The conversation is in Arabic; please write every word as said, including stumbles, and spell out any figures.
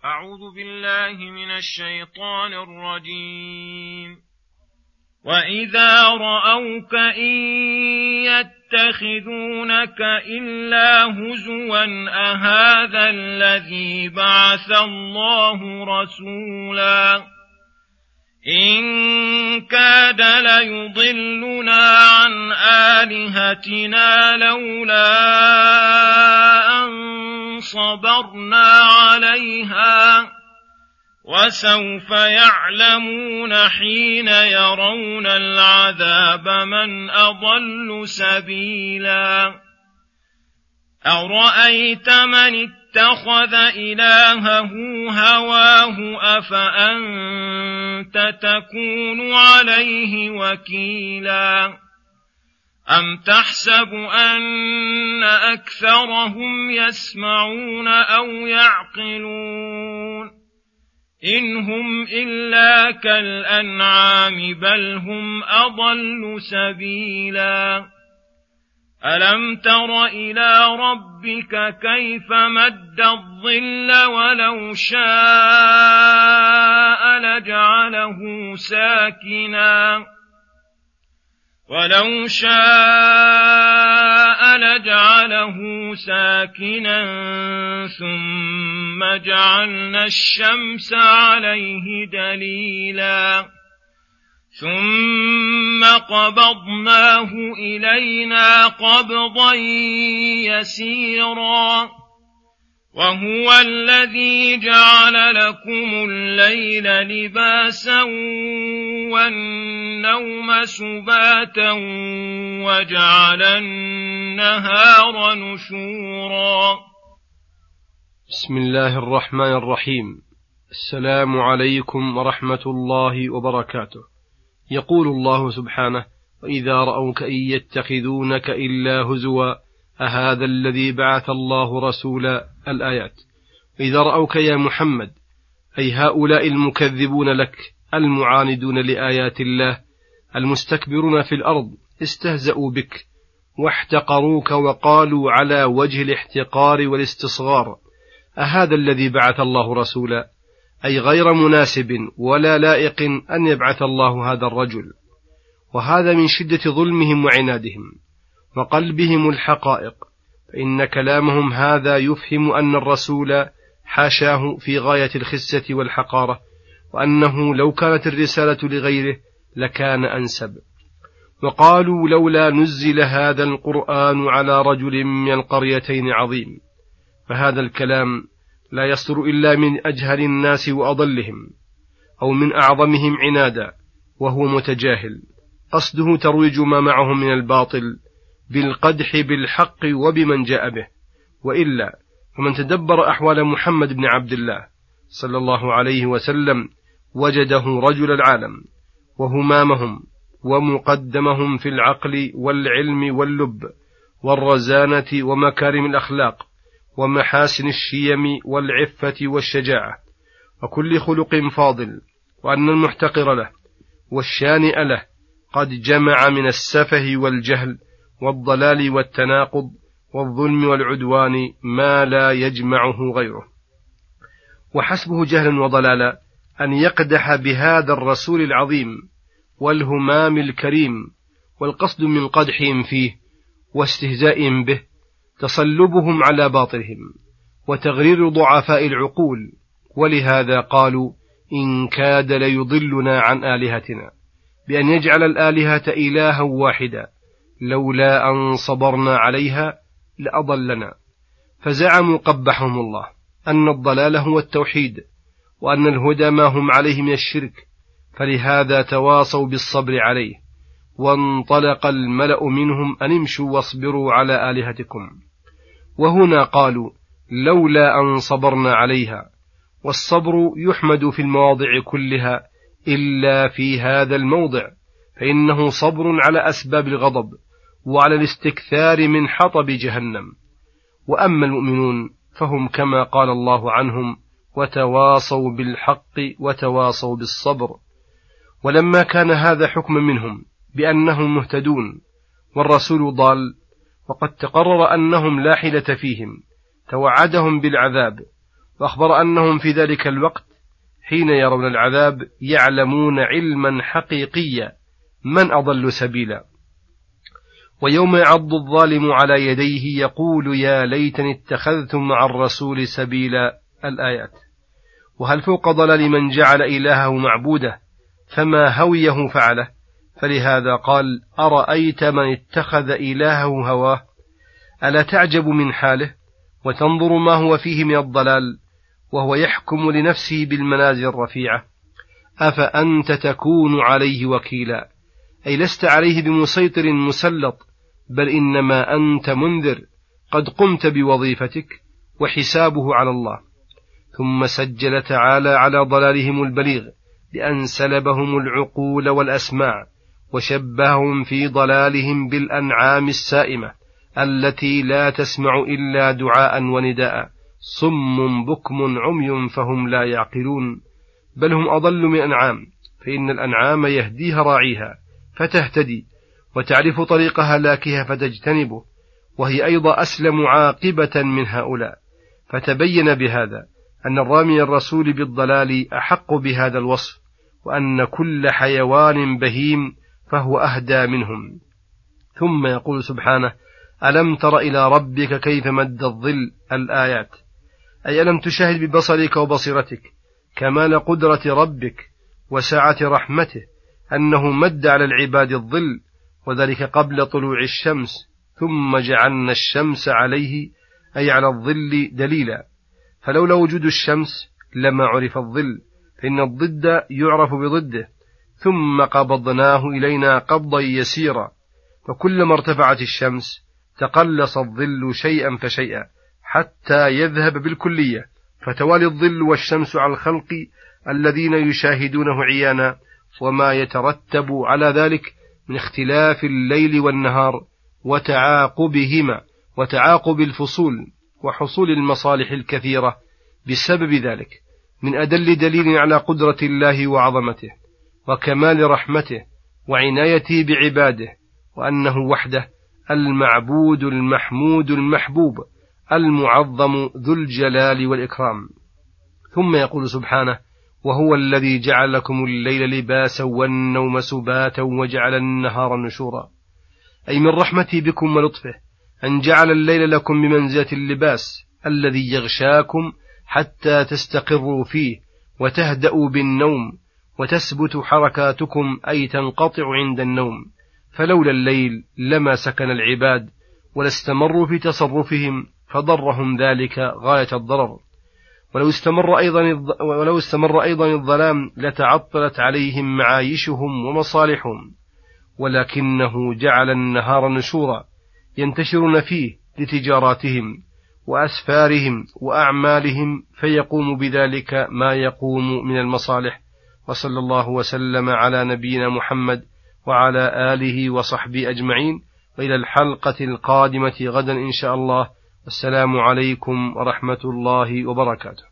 أعوذ بالله من الشيطان الرجيم. وإذا رأوك إن يتخذونك إلا هزوا أهذا الذي بعث الله رسولا إن كاد ليضلنا عن آلهتنا لولا أن صبرنا عليها وسوف يعلمون حين يرون العذاب من أضل سبيلا. أرأيت من اتخذ إلهه هواه أفأنت تكون عليه وكيلا أم تحسب أن أكثرهم يسمعون أو يعقلون إن هم إلا كالأنعام بل هم أضل سبيلا. ألم تر إلى ربك كيف مد الظل ولو شاء لجعله ساكنا ولو شاء لجعله ساكنا ثم جعلنا الشمس عليه دليلا ثم قبضناه إلينا قبضا يسيرا. وهو الذي جعل لكم الليل لباسا والنوم سباتا وجعل النهار نشورا. بسم الله الرحمن الرحيم. السلام عليكم ورحمة الله وبركاته. يقول الله سبحانه: وإذا رأوك إن يتخذونك إلا هزوا أهذا الذي بعث الله رسولا. الآيات. إذا رأوك يا محمد أي هؤلاء المكذبون لك المعاندون لآيات الله المستكبرون في الأرض استهزأوا بك واحتقروك وقالوا على وجه الاحتقار والاستصغار: أهذا الذي بعث الله رسولا، أي غير مناسب ولا لائق أن يبعث الله هذا الرجل. وهذا من شدة ظلمهم وعنادهم وقلبهم الحقائق، فإن كلامهم هذا يفهم أن الرسول حاشاه في غاية الخسة والحقارة، وأنه لو كانت الرسالة لغيره لكان أنسب. وقالوا: لولا نزل هذا القرآن على رجل من القريتين عظيم. فهذا الكلام لا يصدر إلا من أجهل الناس وأضلهم، أو من أعظمهم عنادا وهو متجاهل، قصده ترويج ما معهم من الباطل بالقدح بالحق وبمن جاء به. وإلا فمن تدبر أحوال محمد بن عبد الله صلى الله عليه وسلم وجده رجل العالم وهمامهم ومقدمهم في العقل والعلم واللب والرزانة ومكارم الأخلاق ومحاسن الشيم والعفة والشجاعة وكل خلق فاضل، وأن المحتقر له والشانئ له قد جمع من السفه والجهل والضلال والتناقض والظلم والعدوان ما لا يجمعه غيره. وحسبه جهلا وضلالا أن يقدح بهذا الرسول العظيم والهمام الكريم، والقصد من قدحهم فيه واستهزائهم به تصلبهم على باطلهم وتغرير ضعفاء العقول. ولهذا قالوا: إن كاد ليضلنا عن آلهتنا، بأن يجعل الآلهة إلها واحدا، لولا أن صبرنا عليها لأضلنا. فزعموا قبحهم الله أن الضلال هو التوحيد، وأن الهدى ما هم عليه من الشرك، فلهذا تواصوا بالصبر عليه. وانطلق الملأ منهم أن امشوا واصبروا على آلهتكم. وهنا قالوا: لولا أن صبرنا عليها. والصبر يحمد في المواضع كلها إلا في هذا الموضع، فإنه صبر على أسباب الغضب وعلى الاستكثار من حطب جهنم. وأما المؤمنون فهم كما قال الله عنهم: وتواصوا بالحق وتواصوا بالصبر. ولما كان هذا حكم منهم بأنهم مهتدون والرسول ضال، وقد تقرر أنهم لا حيلة فيهم، توعدهم بالعذاب وأخبر أنهم في ذلك الوقت حين يرون العذاب يعلمون علما حقيقيا من أضل سبيلا. ويوم يعض الظالم على يديه يقول يا ليتني اتخذت مع الرسول سبيلا. الآيات. وهل فوق ضلال من جعل إلهه معبوده فما هويه فعله؟ فلهذا قال أرأيت من اتخذ إلهه هواه. ألا تعجب من حاله وتنظر ما هو فيه من الضلال وهو يحكم لنفسه بالمنازل الرفيعة؟ أفأنت تكون عليه وكيلا، أي لست عليه بمسيطر مسلط، بل إنما أنت منذر قد قمت بوظيفتك وحسابه على الله. ثم سجل تعالى على ضلالهم البليغ بأن سلبهم العقول والأسماع وشبههم في ضلالهم بالأنعام السائمة التي لا تسمع إلا دعاء ونداء، صم بكم عمي فهم لا يعقلون، بل هم أضل من الأنعام، فإن الأنعام يهديها راعيها فتهتدي وتعرف طريق هلاكها فتجتنبه، وهي أيضا أسلم عاقبة من هؤلاء. فتبين بهذا أن الرامي الرسول بالضلال أحق بهذا الوصف، وأن كل حيوان بهيم فهو أهدى منهم. ثم يقول سبحانه ألم تر إلى ربك كيف مد الظل. الآيات. أي ألم تشاهد ببصرك وبصيرتك كمال قدرة ربك وسعة رحمته أنه مد على العباد الظل، وذلك قبل طلوع الشمس، ثم جعلنا الشمس عليه أي على الظل دليلا، فلولا وجود الشمس لما عرف الظل، فإن الضد يعرف بضده، ثم قبضناه إلينا قبضا يسيرا، فكلما ارتفعت الشمس تقلص الظل شيئا فشيئا حتى يذهب بالكلية، فتوالي الظل والشمس على الخلق الذين يشاهدونه عيانا، وما يترتب على ذلك من اختلاف الليل والنهار وتعاقبهما وتعاقب الفصول وحصول المصالح الكثيرة بسبب ذلك، من أدل دليل على قدرة الله وعظمته وكمال رحمته وعنايته بعباده، وأنه وحده المعبود المحمود المحبوب المعظم ذو الجلال والإكرام. ثم يقول سبحانه وهو الذي جعل لكم الليل لباسا والنوم سباتا وجعل النهار نشورا، أي من رحمته بكم ولطفه أن جعل الليل لكم بمنزلة اللباس الذي يغشاكم حتى تستقروا فيه وتهدأوا بالنوم وتثبت حركاتكم أي تنقطع عند النوم، فلولا الليل لما سكن العباد ولا استمروا في تصرفهم فضرهم ذلك غاية الضرر، ولو استمر أيضا ولو استمر أيضا الظلام لتعطلت عليهم معايشهم ومصالحهم، ولكنه جعل النهار نشورا ينتشرون فيه لتجاراتهم وأسفارهم وأعمالهم، فيقوم بذلك ما يقوم من المصالح. وصلى الله وسلم على نبينا محمد وعلى آله وصحبه أجمعين، وإلى الحلقة القادمة غدا إن شاء الله. السلام عليكم ورحمة الله وبركاته.